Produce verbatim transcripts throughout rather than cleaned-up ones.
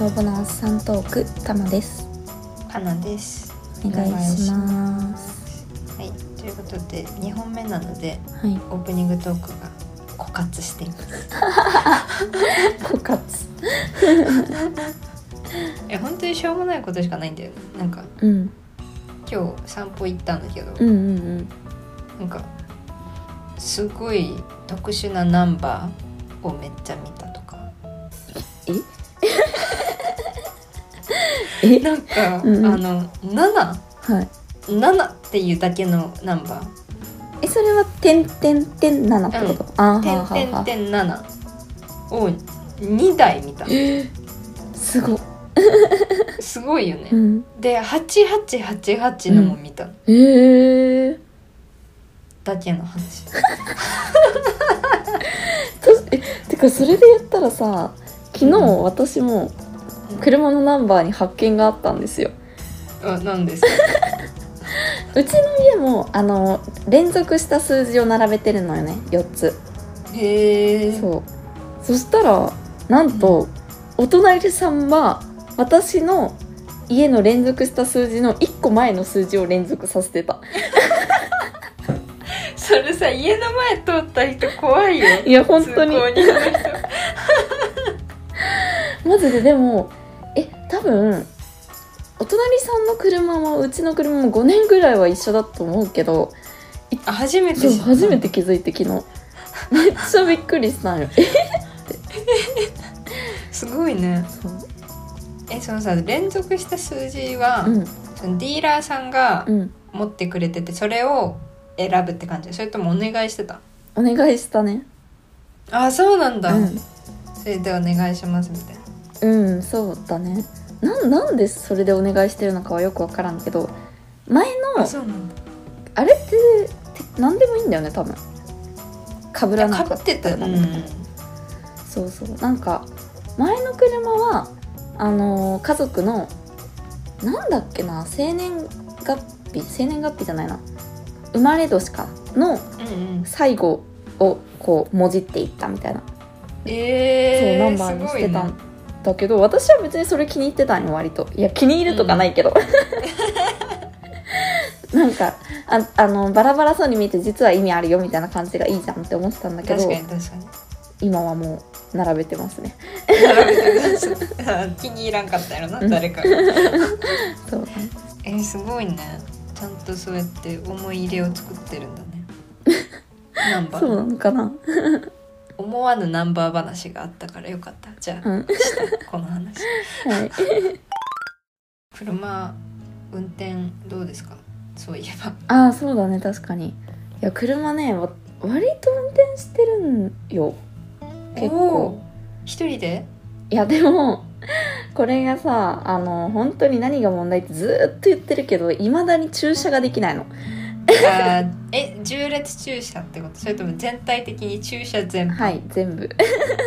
応募のおっさんトーク、たまです。 かなです。 お願いします。 はい、ということでにほんめなので、 はい、 オープニングトークが枯渇しています枯渇え、本当にしょうもないことしかないんだよね。なんか、 うん、 今日散歩行ったんだけど、 うんうんうん、 なんかすごい特殊なナンバーをめっちゃ見たとか。 ええなんか、 うんうん、 あのなな、 はい、 ななっていうだけのナンバー。 え、それは点点点ななってこと？うん、あーは点はは点点ななをにだい見た。 すごすごいよね、 うん、 ではちはちはちはちのも見た、うん、 えー、 だけの話え、てかそれで言ったらさ、昨日私も車のナンバーに発見があったんですよ。 あ、なんですか？ うちの家もあの連続した数字を並べてるのよね、よっつ。 へえ。 そう、そしたらなんと、うん、お隣さんは私の家の連続した数字のいっこまえの数字を連続させてたそれさ、家の前通った人怖いよ。 いや本当にマジで。でもえ多分お隣さんの車もうちの車もごねんぐらいは一緒だと思うけど、 あ、初めてそう初めて気づいて昨日めっちゃびっくりしたんよ。えってすごいね。 そう、 え、そのさ、連続した数字は、 うん、 そのディーラーさんが持ってくれてて、それを選ぶって感じ？それともお願いしてた？ お願いしたね。 あ、そうなんだ、うん、それでお願いしますみたいな。うん、そうだね。な, なんでそれでお願いしてるのかはよく分からんけど、前のあ, そうなんだあれって何でもいいんだよね多分。かぶらなかったら、うん、そうそう、なんか前の車はあのー、家族のなんだっけな、生年月日生年月日じゃないな生まれ年かの最後をこうもじっていったみたいな、 えー、 そうナンバーにしてたんだけど、ね、私は別にそれ気に入ってたんよ割と。いや気に入るとかないけど、うん、なんか あ, あのバラバラそうに見えて実は意味あるよみたいな感じがいいじゃんって思ってたんだけど、 確かに確かに今はもう並べてますね。 並べてます気に入らんかったやろな、うん、誰かそうね。 えー、すごいね。ちゃんとそうやって思い入れを作ってるんだねナンバー。 そうなのかな思わぬナンバー話があったからよかった。じゃあ、うん、この話はい車運転どうですか？そういえば。 ああ、そうだね、確かに。いや車ね、割と運転してるんよ結構。 一人で？ いやでもこれがさ、あの本当に何が問題ってずっと言ってるけど、未だに駐車ができないの。 あえ縦列駐車ってこと？それとも全体的に駐車全部？ はい、全部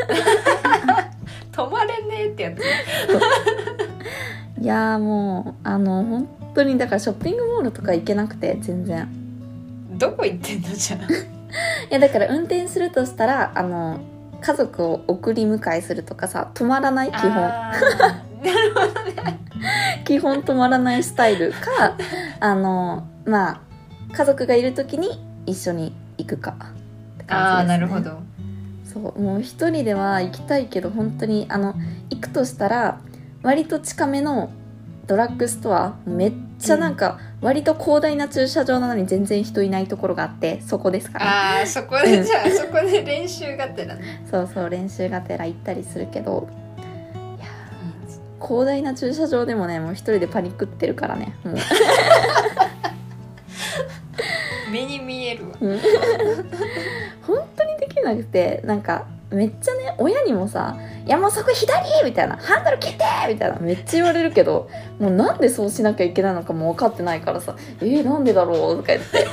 止まれねえってやついやもうあの本当にだからショッピングモールとか行けなくて全然。 どこ行ってんのじゃあいやだから運転するとしたらあの家族を送り迎えするとかさ、止まらない基本なるほどね基本止まらないスタイルかあのまあ家族がいる時に一緒に行くかって感じですね。 あー、なるほど。 そうもう一人では行きたいけど、本当にあの行くとしたら割と近めのドラッグストア、めっちゃなんか割と広大な駐車場なのに全然人いないところがあって、そこですから、ね、 あー、そこでじゃあそこで練習がてらねそうそう、練習がてら行ったりするけど、いや広大な駐車場でもね、もう一人でパニックってるからね、もう目に見えるわ本当にできなくて、なんかめっちゃね、親にもさ、いやもうそこ左みたいな、ハンドル切ってみたいなめっちゃ言われるけど、もうなんでそうしなきゃいけないのかも分かってないからさ、えー、なんでだろうとか言って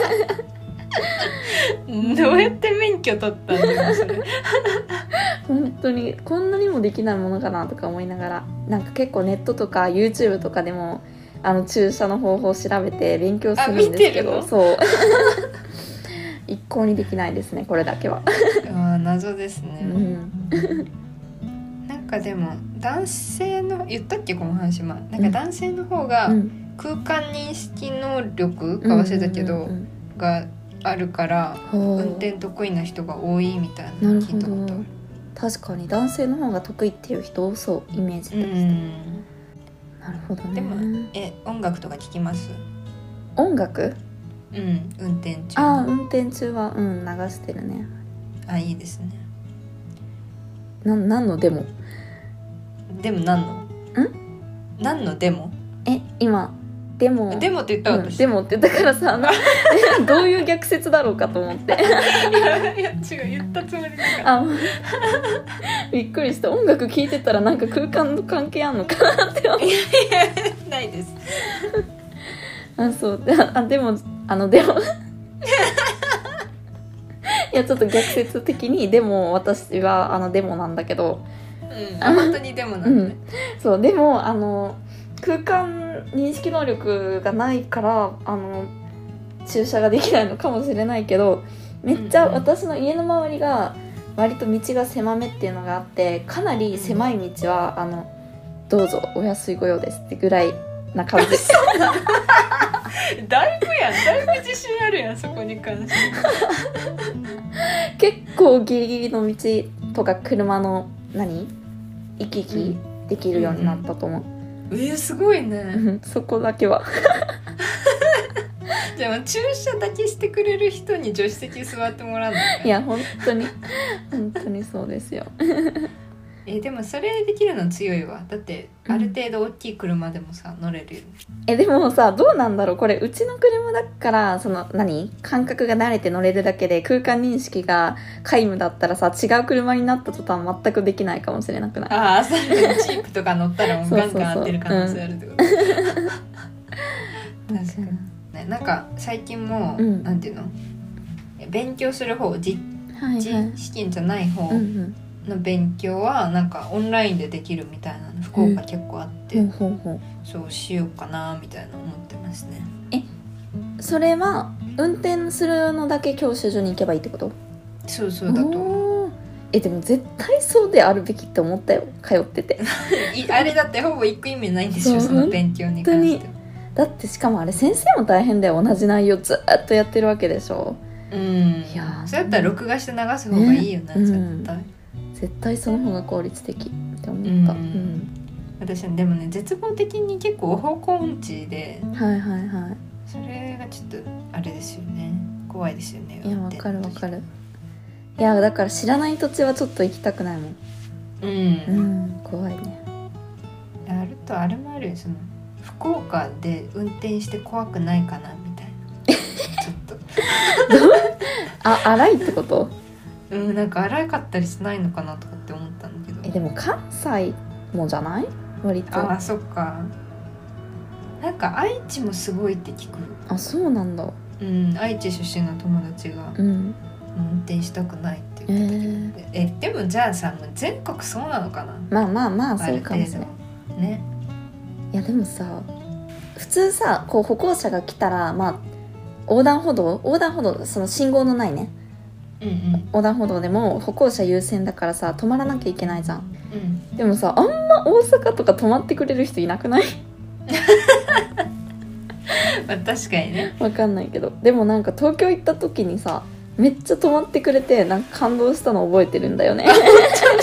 どうやって免許取ったんだよそれ本当にこんなにもできないものかなとか思いながら、なんか結構ネットとか YouTube とかでもあの駐車の方法を調べて勉強するんですけど、そう一向にできないですね、これだけはあ、謎ですね、 うん、 なんかでも男性の言ったっけこの話もなんか男性の方が空間認識能力か忘れたけど、うんうんうんうん、があるから運転得意な人が多いみたいなの聞いたことある。 確かに男性の方が得意っていう人多そうイメージとして、うん、なるほどね。 でもえ音楽とか聞きます？ 音楽？ うん運転中。 あ運転中はうん流してるね。 あいいですね。 な何のデモ？ でも何の？ん？何のデモ？ え今デモデモって言った私、 うん、デモって言ったからさどういう逆説だろうかと思っていやいや違う言ったつもりだからあびっくりした。音楽聴いてたらなんか空間の関係あんのかなって思っていやいやないですあそうあでもあのでもいやちょっと逆説的にでも私はあのデモなんだけど、 うん、あ本当にデモなんだね、うん、 そうでもあの空間認識能力がないからあの駐車ができないのかもしれないけどめっちゃ私の家の周りが割と道が狭めっていうのがあってかなり狭い道はあのどうぞお安いご用ですってぐらいな感じですだいぶやんだいぶ自信あるやんそこに関して結構ギリギリの道とか車の何行き来できるようになったと思う、うんうんえー、すごいねそこだけはじゃあ駐車だけしてくれる人に助手席座ってもらうのかいや本当に本当にそうですよえでもそれできるの強いわ。だってある程度大きい車でもさ、うん、乗れるよ。 えでもさどうなんだろうこれうちの車だからその何感覚が慣れて乗れるだけで空間認識が皆無だったらさ違う車になった途端全くできないかもしれなくない？ ああそれでチープとか乗ったらもうガンガン合ってる可能性あるってこと。確かに、ね、なんか最近も、うん、なんていうの勉強する方実地試験じゃない方、うんうんの勉強はなんかオンラインでできるみたいなの福岡結構あって、うん、ほうほうほうそうしようかなみたいな思ってますね。 えそれは運転するのだけ教習所に行けばいいってこと？ そうそうだと思う。 えでも絶対そうであるべきって思ったよ通っててあれだってほぼ行く意味ないんでしょその勉強に関して。 だってしかもあれ先生も大変だよ同じ内容ずっとやってるわけでしょ。 うんいやそうやったら録画して流す方がいいよね、ね、絶対、うん絶対その方が効率的って思った、うんうん、 私でもね絶望的に結構方向音痴ではいはいはいそれがちょっとあれですよね怖いですよね。 いやわかるわかる。いやだから知らない土地はちょっと行きたくないもん。うん、うん、怖いね。 あるとあれもあるよその福岡で運転して怖くないかなみたいなちょっとあ荒いってこと？ うん、なんか荒かったりしないのかなとかって思ったんだけど。 えでも関西もじゃない割と。 ああそっか。なんか愛知もすごいって聞く。 あそうなんだ。 うん愛知出身の友達が、うん、運転したくないって言ってたけど、えー、えでもじゃあさもう全国そうなのかな。 まあまあまあそうかもしれないね。いやでもさ普通さこう歩行者が来たらまあ横断歩道横断歩道その信号のないねうんうん、横断歩道でも歩行者優先だからさ止まらなきゃいけないじゃん、うん、でもさあんま大阪とか止まってくれる人いなくないまあ確かにねわかんないけどでもなんか東京行った時にさめっちゃ止まってくれてなんか感動したの覚えてるんだよね本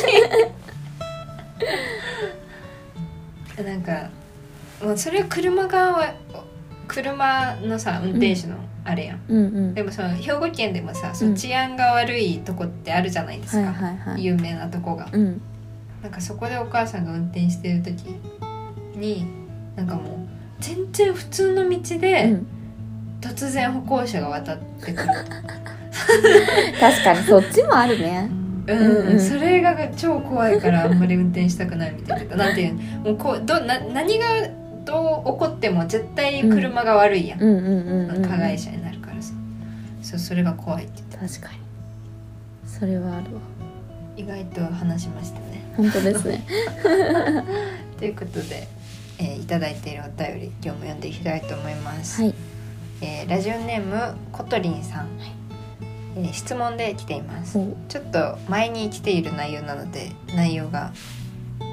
当になんかもうそれは車側は車のさ運転手の、うんあれやん、うんうん、でもその兵庫県でもさその治安が悪いとこってあるじゃないですか、うんはいはいはい、有名なとこが、うん、なんかそこでお母さんが運転してる時になんかもう全然普通の道で、うん、突然歩行者が渡ってくる確かにそっちもあるねうん、うんうん、それが超怖いからあんまり運転したくないみたいななんていうもうこうどな何がどう起こっても絶対車が悪いやん、うんうんうんうん、加害者になるからさ そ, それが怖いって言って確かにそれはあるわ意外と話しましたね本当ですねということで、えー、いただいているお便り今日も読んでいきたいと思います、はいえー、ラジオネームコトリンさん、はいえー、質問で来ています、ちょっと前に来ている内容なので内容が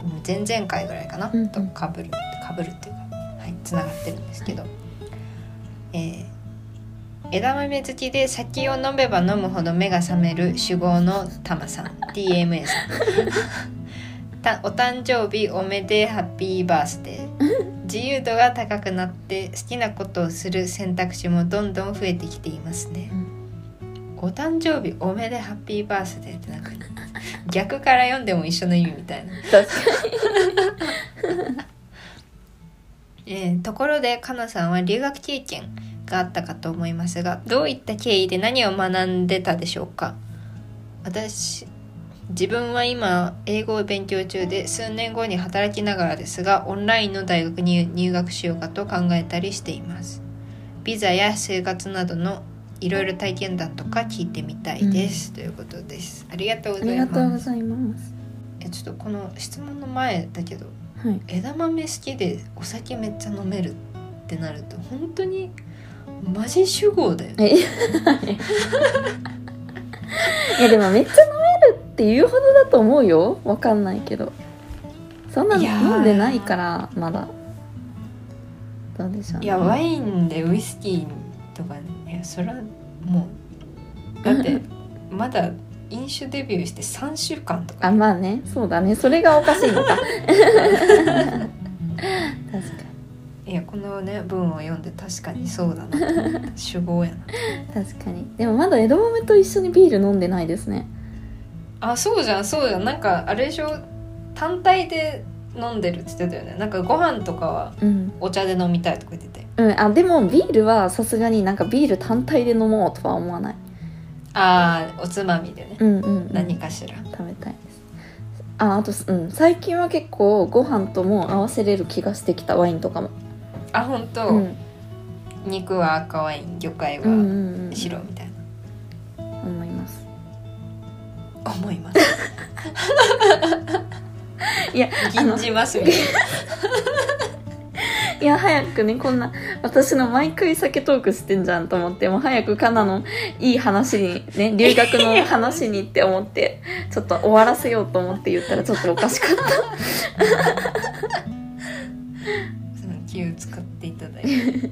前々回ぐらいかな、 うんうん、 とかぶるかぶるっていうか、はい、つながってるんですけど、えー、枝豆好きで酒を飲めば飲むほど目が覚める酒豪のたまさんティーエムエー さんお誕生日おめでハッピーバースデー自由度が高くなって好きなことをする選択肢もどんどん増えてきていますね、うん、お誕生日おめでハッピーバースデーってなんか逆から読んでも一緒の意味みたいな確かにえー、ところでかなさんは留学経験があったかと思いますが、どういった経緯で何を学んでたでしょうか。私自分は今英語を勉強中で、数年後に働きながらですがオンラインの大学に入学しようかと考えたりしています。ビザや生活などのいろいろ体験談とか聞いてみたいです、うん、ということです。ありがとうございます。 ありがとうございます。 えちょっとこの質問の前だけど、 はい、 枝豆好きでお酒めっちゃ飲めるってなると本当にマジ酒豪だよね。 いやでもめっちゃ飲めるっていうほどだと思うよ。わかんないけどそんなの飲んでないからまだどうでしょうね。 いやワインでウイスキーとか、いやそれはもうだってまだ飲酒デビューしてさんしゅうかんとか。 あまあねそうだね、それがおかしいのか確かに。いやこのね文を読んで確かにそうだなと思った酒豪やな確かに。でもまだ枝豆と一緒にビール飲んでないですね。 あそうじゃんそうじゃん、なんかあれでしょ、単体で飲んでるって言ってたよね。なんかご飯とかはお茶で飲みたいとか言ってて、 うん、うん、あでもビールはさすがになんかビール単体で飲もうとは思わない。 あーおつまみでね、 うんうんうん、 何かしら食べたいです。ああと、うん、最近は結構ご飯とも合わせれる気がしてきた。ワインとかも。 あ本当、うん、肉は赤ワイン魚介は白みたいな、 うんうんうん、思います思いますいや吟じますみたいないや早くねこんな私の毎回酒トークしてんじゃんと思って、もう早くカナのいい話にね留学の話にって思ってちょっと終わらせようと思って言ったらちょっとおかしかった気を使っていただいて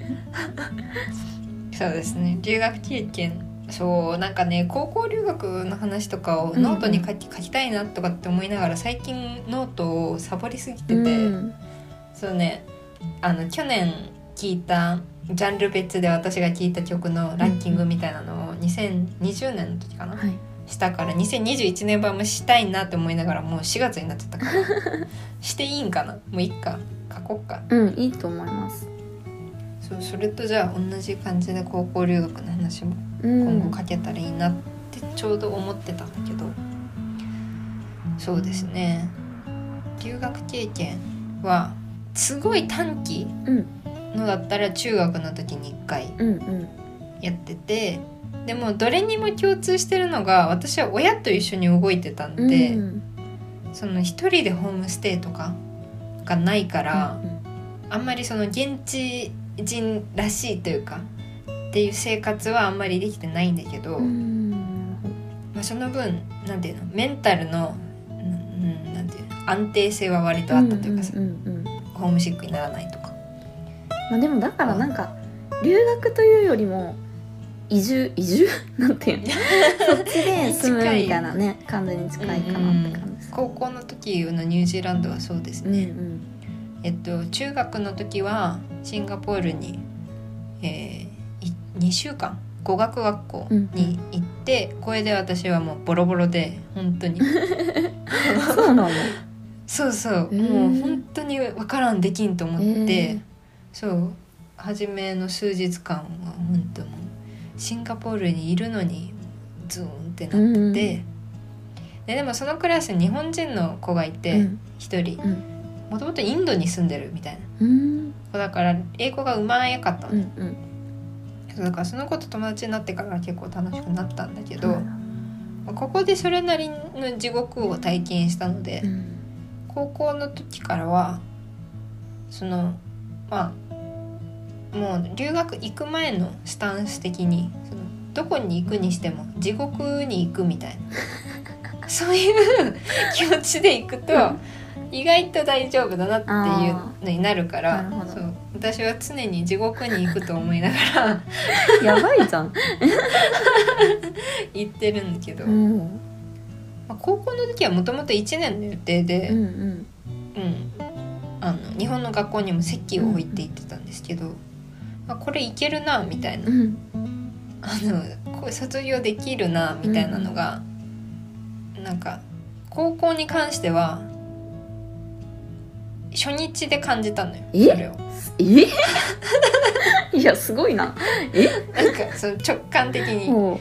そうですね、留学経験、そうなんかね高校留学の話とかをノートに書き、うん、書きたいなとかって思いながら最近ノートをサボりすぎてて、うん、そうねあの去年聴いたジャンル別で私が聴いた曲のランキングみたいなのをにせんにじゅうねんの時かな、はい、したからにせんにじゅういちねん版もしたいなって思いながらもうしがつになっちゃったからしていいんかな、もういいか書こっか。 うんいいと思います。 そうそれとじゃあ同じ感じで高校留学の話も今後書けたらいいなってちょうど思ってたんだけど、うん、そうですね留学経験はすごい短期のだったら中学の時にいっかいやってて、うんうん、でもどれにも共通してるのが私は親と一緒に動いてたんで、うん、その一人でホームステイとかがないから、うんうん、あんまりその現地人らしいというかっていう生活はあんまりできてないんだけど、うんまあ、その分なんていうのメンタルの、うん、なんていうの安定性は割とあったというかさ、うんうんうんうん、ホームシックにならないとか、 まあ、でもだからなんか留学というよりも移住移住なんていうのそっちで住むみたいなね感じに近いかなって感じです、 うん、高校の時のニュージーランドはそうですね、うんうんえっと、中学の時はシンガポールに、えー、にしゅうかん語学学校に行って、うん、これで私はもうボロボロで本当にそうなのそうそう、えー、もう本当に分からんできんと思って、えー、そう初めの数日間は本当もうシンガポールにいるのにズーンってなってて、うん、で, でもそのクラスに日本人の子がいて一、うん、人、うんもともとインドに住んでるみたいな、うん、だから英語がうまいかったの、うんうん、だからその子と友達になってから結構楽しくなったんだけど、うん、ここでそれなりの地獄を体験したので、うん、高校の時からはそのまあもう留学行く前のスタンス的にそのどこに行くにしても地獄に行くみたいなそういう気持ちで行くと意外と大丈夫だなっていうのになるから、そう私は常に地獄に行くと思いながらやばいじゃん言ってるんだけど、うんまあ、高校の時はもともといちねんの予定で、うんうんうん、あの日本の学校にも籍を置いて行ってたんですけど、うんまあ、これいけるなみたいな、うん、あのこれ卒業できるなみたいなのが、うん、なんか高校に関しては初日で感じたのよ。 えそれをえいやすごいな。えなんかその直感的に、うん、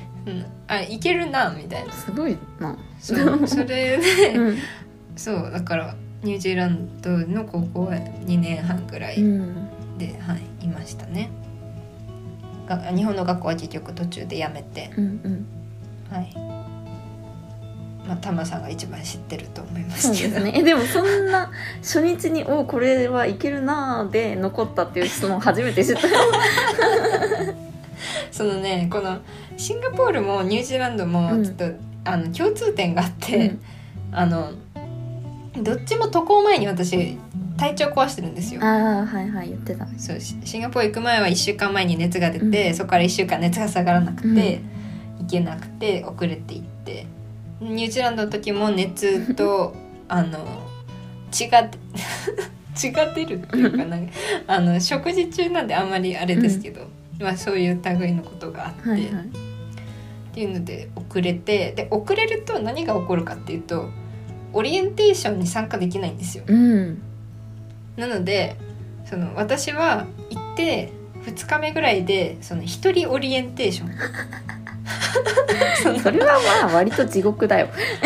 あいけるなみたいな。 すごいな。 そうそれで、うん、そうだからニュージーランドの高校はにねんはんぐらいで、うんはい、いましたね。日本の学校は結局途中で辞めて、うんうんはいまあ、タマさんが一番知ってると思いますけど。 そうですね。えでもそんな初日におこれはいけるなで残ったっていう質問初めて知ったよそのねこのシンガポールもニュージーランドもちょっと、うん、あの共通点があって、うん、あのどっちも渡航前に私体調壊してるんですよ。 ああはいはい言ってた。 そうシンガポール行く前はいっしゅうかんまえに熱が出て、うん、そこからいっしゅうかん熱が下がらなくて、うん、行けなくて遅れて行って、ニュージーランドの時も熱とあの血が血が出るっていうかなんかあの食事中なんであんまりあれですけど、うんまあ、そういう類のことがあって、はいはい、っていうので遅れてで遅れると何が起こるかっていうとオリエンテーションに参加できないんですよ、うん、なのでその私は行ってふつかめぐらいでその一人オリエンテーションそ, それはまあ割と地獄だよ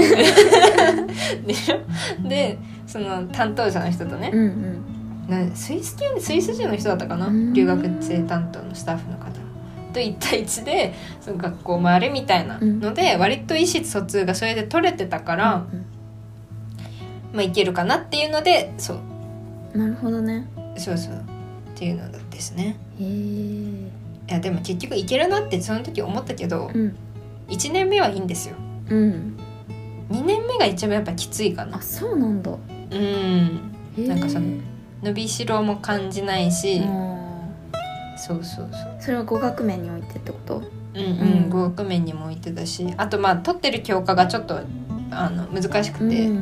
で, でその担当者の人とね、うんうん、スイス系スイス人の人だったかな、留学生担当のスタッフの方といち対いちでその学校回るみたいなので、うん、割と意思疎通がそれで取れてたから、うんうんまあ、いけるかなっていうのでそうなるほどねそうそうっていうのですね。 へーいやでも結局いけるなってその時思ったけど、うん、いちねんめはいいんですよ、うん、にねんめが一番やっぱきついかな。 あそうなんだ。 うんなんかその伸びしろも感じないし、そうそうそうそれは語学面においてってこと？ うんうん、うん、語学面にもおいてだしあとまあ取ってる教科がちょっとあの難しくて、うんうんうん、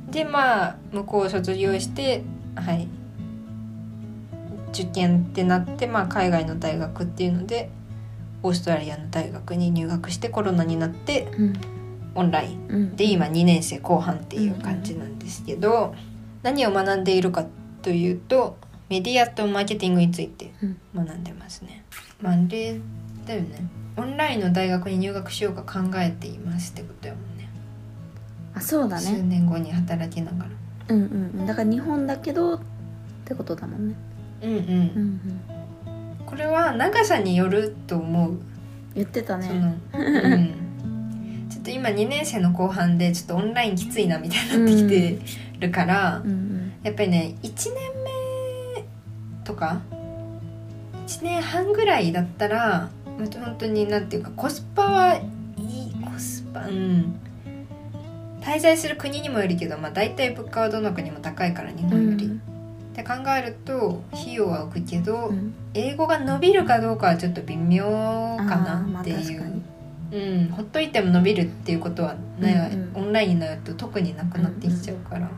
でまあ向こうを卒業してはい受験ってなって、まあ、海外の大学っていうのでオーストラリアの大学に入学してコロナになって、うん、オンラインで今にねん生後半っていう感じなんですけど、うんうん、何を学んでいるかというとメディアとマーケティングについて学んでますね、うん、まああれだよねオンラインの大学に入学しようか考えていますってことやもんね。 あそうだね数年後に働きながらうんうんだから日本だけどってことだもんね。 うんうんうんうん、これは長さによると思う。 言ってたねその、うん、ちょっと今にねん生の後半でちょっとオンラインきついなみたいになってきてるから、うんうん、やっぱりねいちねんめとかいちねんはんぐらいだったら本当になんていうかコスパはいいコスパうん滞在する国にもよるけど、まあ、大体物価はどの国も高いから日本より、うんって考えると費用は浮くけど、うん、英語が伸びるかどうかはちょっと微妙かなっていう、まあ、うん、ほっといても伸びるっていうことは、ねうんうん、オンラインになると特になくなってきちゃうから、うんうん、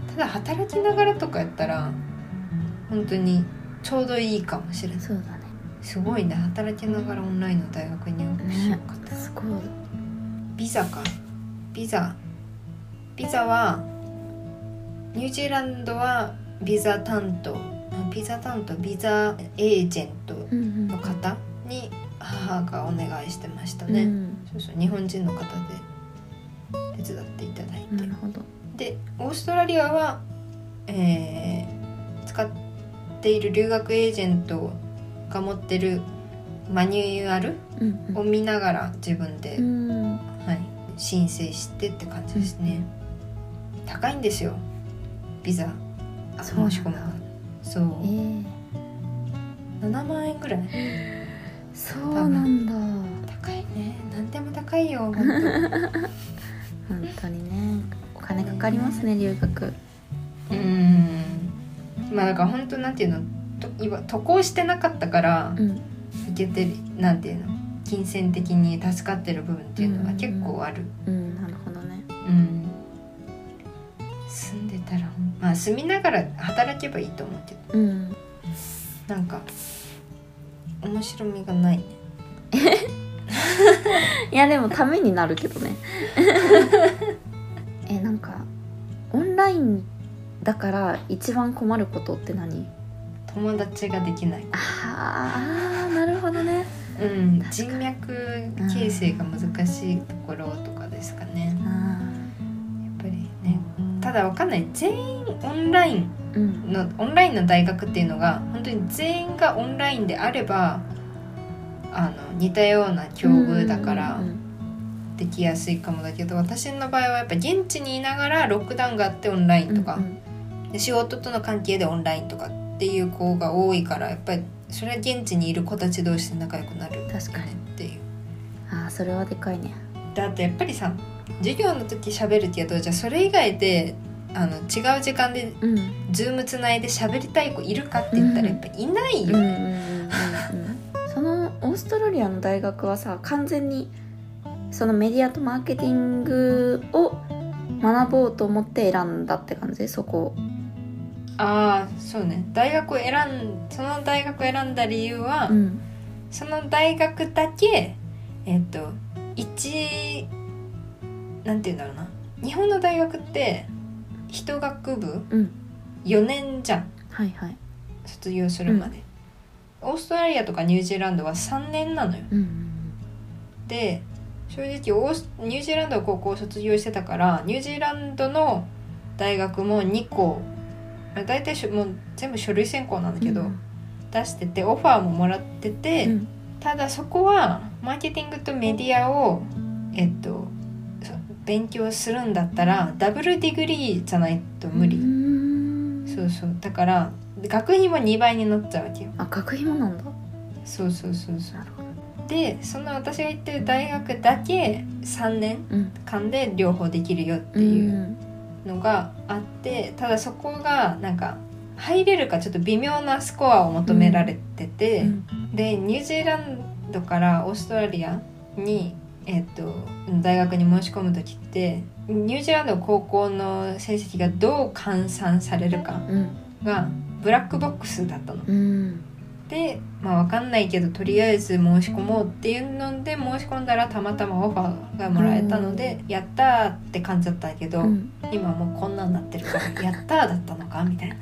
ただ働きながらとかやったら本当にちょうどいいかもしれない。 そうだね。 すごいね働きながらオンラインの大学に入学しようかと、 ね、すごい。 ビザかビザビザはニュージーランドはビザ担当ビザ担当ビザエージェントの方に母がお願いしてましたね、うん、そうそう日本人の方で手伝っていただいて。 なるほど。 でオーストラリアは、えー、使っている留学エージェントが持ってるマニュアルを見ながら自分で、うんうんはい、申請してって感じですね、うん、高いんですよビザ申し込むの。そう、えー、ななまんえんぐらい。 そうなんだ。 高いね。何でも高いよ本当。 本当にねお金かかかりますね留学。 うーんまあだから本当なんていうのと今渡航してなかったから、うん、いけてるなんていうの金銭的に助かってる部分っていうのは結構ある。 うん、うん、なるほどね。 うん。住んでたらまあ住みながら働けばいいと思うけど、うん、なんか面白みがないね。 いやでもためになるけどね。えなんかオンラインだから一番困ることって何？ 友達ができない。 ああなるほどね。 うん、人脈形成が難しいところとかですかね。やっぱりね。ただわかんない。全員オンラインの、うん、オンラインの大学っていうのが本当に全員がオンラインであればあの似たような境遇だからできやすいかもだけど、私の場合はやっぱ現地にいながらロックダウンがあってオンラインとか、うんうん、で仕事との関係でオンラインとかっていう子が多いから、やっぱりそれは現地にいる子たち同士で仲良くなるよねっていう。 ああそれはでかいね。 であとやっぱりさ授業の時喋るけど、じゃあそれ以外であの違う時間で、うん、ズームつないで喋りたい子いるかって言ったらやっぱいないよね。 そのオーストラリアの大学はさ完全にそのメディアとマーケティングを学ぼうと思って選んだって感じ？そこを。 ああそうね。大学を選んその大学を選んだ理由は、うん、その大学だけえっと一なんていうんだろうな、日本の大学って一学部よねんじゃん、うんはいはい、卒業するまで、うん、オーストラリアとかニュージーランドはさんねんなのよ、うんうん、で正直オースニュージーランドは高校を卒業してたから、ニュージーランドの大学もにこだいたいもう全部書類選考なんだけど、うん、出しててオファーももらってて、うん、ただそこはマーケティングとメディアをえっと勉強するんだったらダブルディグリーじゃないと無理。そうそうだから学費もにばいになっちゃうわけよ。 あ学費もなんだ。 そうそうそうそう。なるほど。でその私が行ってる大学だけさんねんかんで両方できるよっていうのがあって、ただそこがなんか入れるかちょっと微妙なスコアを求められてて、うん、でニュージーランドからオーストラリアにえっと、大学に申し込む時ってニュージーランドの高校の成績がどう換算されるかがブラックボックスだったの、うん、で、まあ、分かんないけどとりあえず申し込もうっていうので申し込んだらたまたまオファーがもらえたので、うん、やったーって感じだったけど、うん、今もうこんなんなってるからやったーだったのかみたい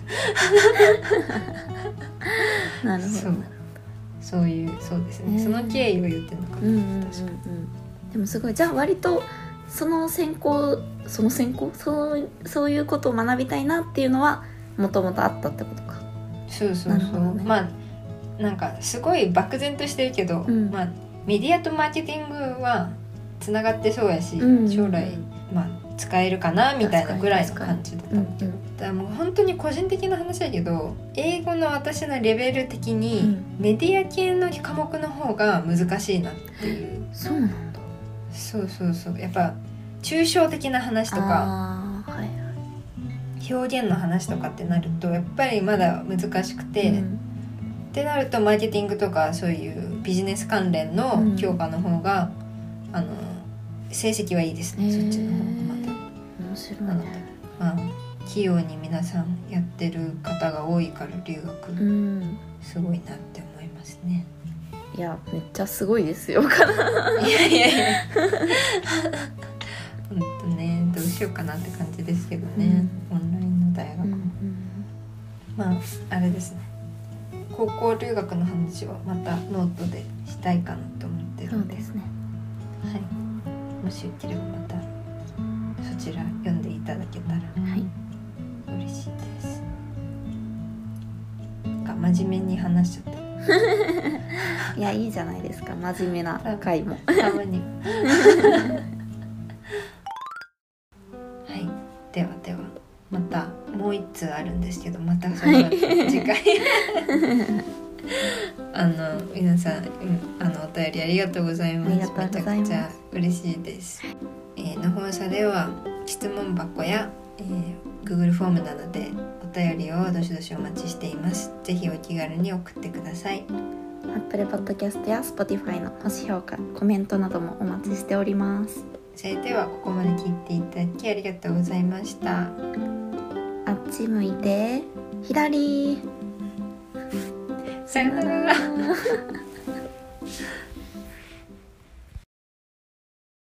な。なるほど。そう、そういうそうですね、えー、その経緯を言ってるのかな、うんうんうんうん、 でもすごい。じゃあ割とその専攻その専攻そうそういうことを学びたいなっていうのはもともとあったってことか。 そうそうそう、ね、まあなんかすごい漠然としてるけど、うん、まあメディアとマーケティングはつながってそうやし、うんうん、将来まあ使えるかなみたいなぐらいの感じだったんだけど、うんうん、だからもう本当に個人的な話だけど、英語の私のレベル的にメディア系の科目の方が難しいなっていう、 うん、そうなんだ。 そうそうそう、やっぱ抽象的な話とか、はいはい、表現の話とかってなるとやっぱりまだ難しくて、うん、ってなるとマーケティングとかそういうビジネス関連の教科の方が、うん、あの成績はいいですね、そっちの方がまた面白いね。 まあ器用に皆さんやってる方が多いから留学、うん、すごいなって思いますね。 いやめっちゃすごいですよ。いやいやいや本当ね、どうしようかなって感じですけどね、うん、オンラインの大学も、うんうん、まああれですね、高校留学の話はまたノートでしたいかなと思ってるので、そうですね、はい、もしよければまたそちら読んでいただけたら、はい、嬉しいです。なんか真面目に話しちゃったいやいいじゃないですか、真面目な回もたまにはいではではまたもう一通あるんですけど、またそれは次回、はい、あの皆さん、うん、あのお便りありがとうございます。めちゃくちゃ嬉しいです。えー、のほうさでは質問箱や、え Google フォームなのでお便りをどしどしお待ちしています。ぜひお気軽に送ってください。 Apple Podcast や Spotify の星評価、コメントなどもお待ちしております。 それではここまで聞いていただきありがとうございました。 あっち向いて左。 さよなら